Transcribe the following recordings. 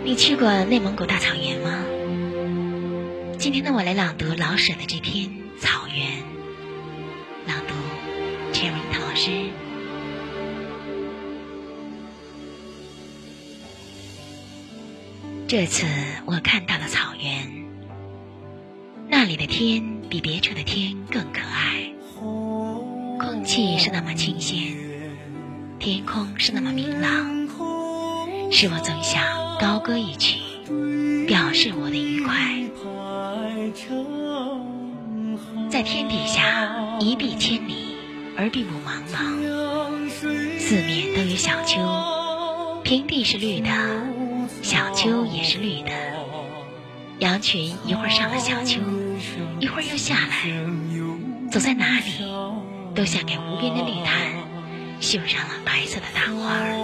你去过内蒙古大草原吗？今天呢，我来朗读老舍的这篇《草原》，朗读陈文涛老师。这次我看到了草原，那里的天比别处的天更可爱，空气是那么清鲜，天空是那么明朗，使我总想高歌一曲，表示我的愉快。在天底下一碧千里，而并不茫茫，四面都有小丘，平地是绿的，小丘也是绿的。羊群一会儿上了小丘，一会儿又下来，走在哪里都像给无边的绿毯绣上了白色的大花儿。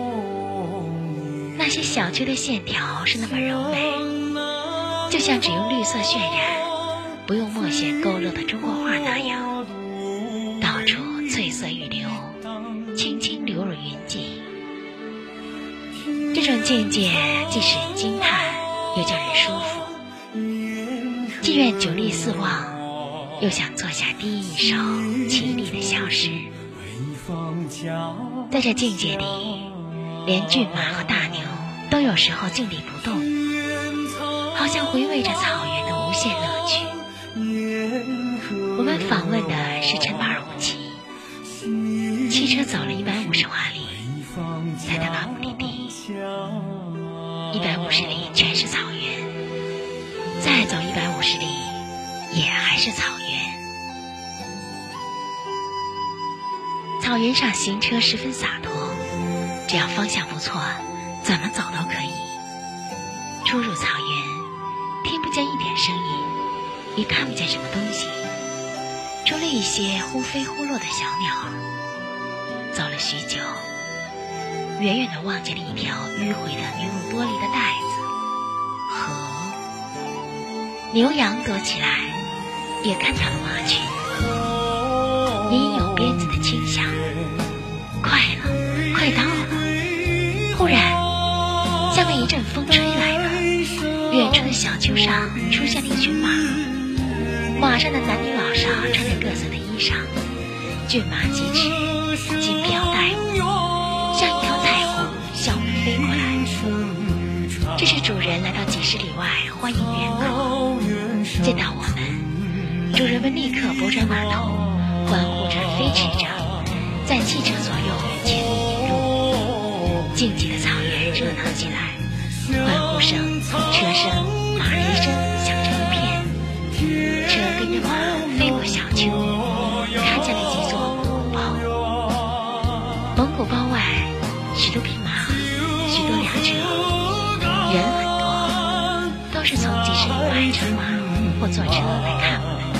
那些小丘的线条是那么柔美，就像只用绿色渲染，不用墨线勾勒的中国画那样，到处翠色欲流，轻轻流入云际。这种境界既使人惊叹，又叫人舒服，既愿久立四望，又想坐下低一首绮丽的小诗。在这境界里，连骏马和大牛都有时候静立不动，好像回味着草原的无限乐趣。我们访问的是陈巴尔武旗，汽车走了150华里才到达目的地，150里全是草原，再走150里也还是草原。草原上行车十分洒脱，只要方向不错，怎么走都可以。出入草原，听不见一点声音，也看不见什么东西，除了一些忽飞忽落的小鸟。走了许久，远远地望见了一条迂回的牛乳玻璃的带子，河。牛羊躲起来，也看到了马群，隐有鞭子的轻响。快了，快到了！忽然，像被一阵风吹来的，远处的小丘上出现了一群马，马上的男女老少穿着各色的衣裳，骏马疾驰，金飘带舞，像一条彩虹向我们飞过来。这是主人来到几十里外欢迎远客，见到我们，主人们立刻拨转马头，欢呼着飞驰着，在汽车左右前面引路。静寂的草原热闹起来，欢呼声、车声、马蹄声响成一片。车跟着马飞过小丘，看见了几座蒙古包。蒙古包外，许多匹马，许多辆车，人很多，都是从几十里外乘马或坐车来看我们的。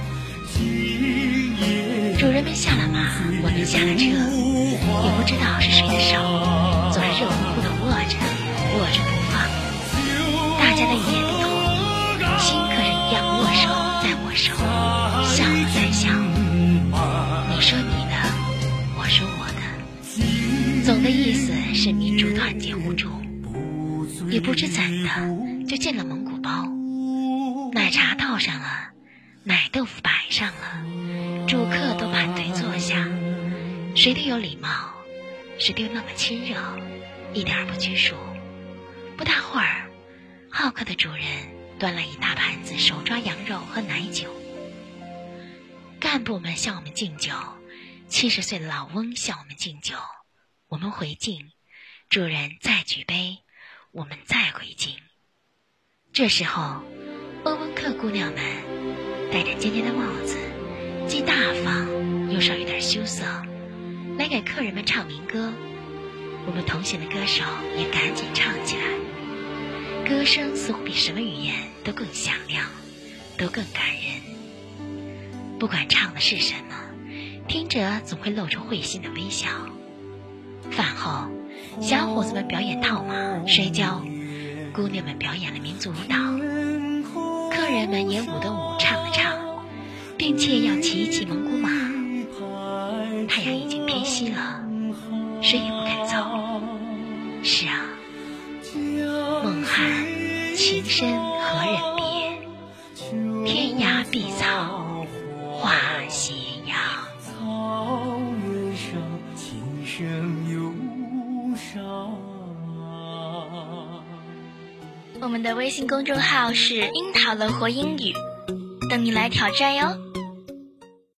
主人们下了马，我们下了车，也不知道是谁的手，总是热乎乎的握着不放。大家的语言不同，新客人一样握手再握手，笑了再笑。你说你的，我说我的，总的意思是民族团结互助。也不知怎的，就见了蒙古包，奶茶倒上了，奶豆腐摆上了，主客都盘腿坐下，谁都有礼貌，谁都那么亲热，一点不拘束。不大会儿，好客的主人端了一大盘子手抓羊肉和奶酒。干部们向我们敬酒，70岁的老翁向我们敬酒，我们回敬，主人再举杯，我们再回敬。这时候，鄂温克姑娘们戴着尖尖的帽子，既大方又稍有点羞涩，来给客人们唱民歌。我们同行的歌手也赶紧唱起来，歌声似乎比什么语言都更响亮，都更感人。不管唱的是什么，听者总会露出会心的微笑。饭后，小伙子们表演套马、摔跤，姑娘们表演了民族舞蹈，客人们也舞的舞，唱的唱，并且要骑一骑蒙古马。太阳已经偏西了，谁也不肯走。是啊，梦情深何忍别，天涯碧草化斜阳。 草原上琴声忧伤。 我们的微信公众号是樱桃乐活英语，等你来挑战哟。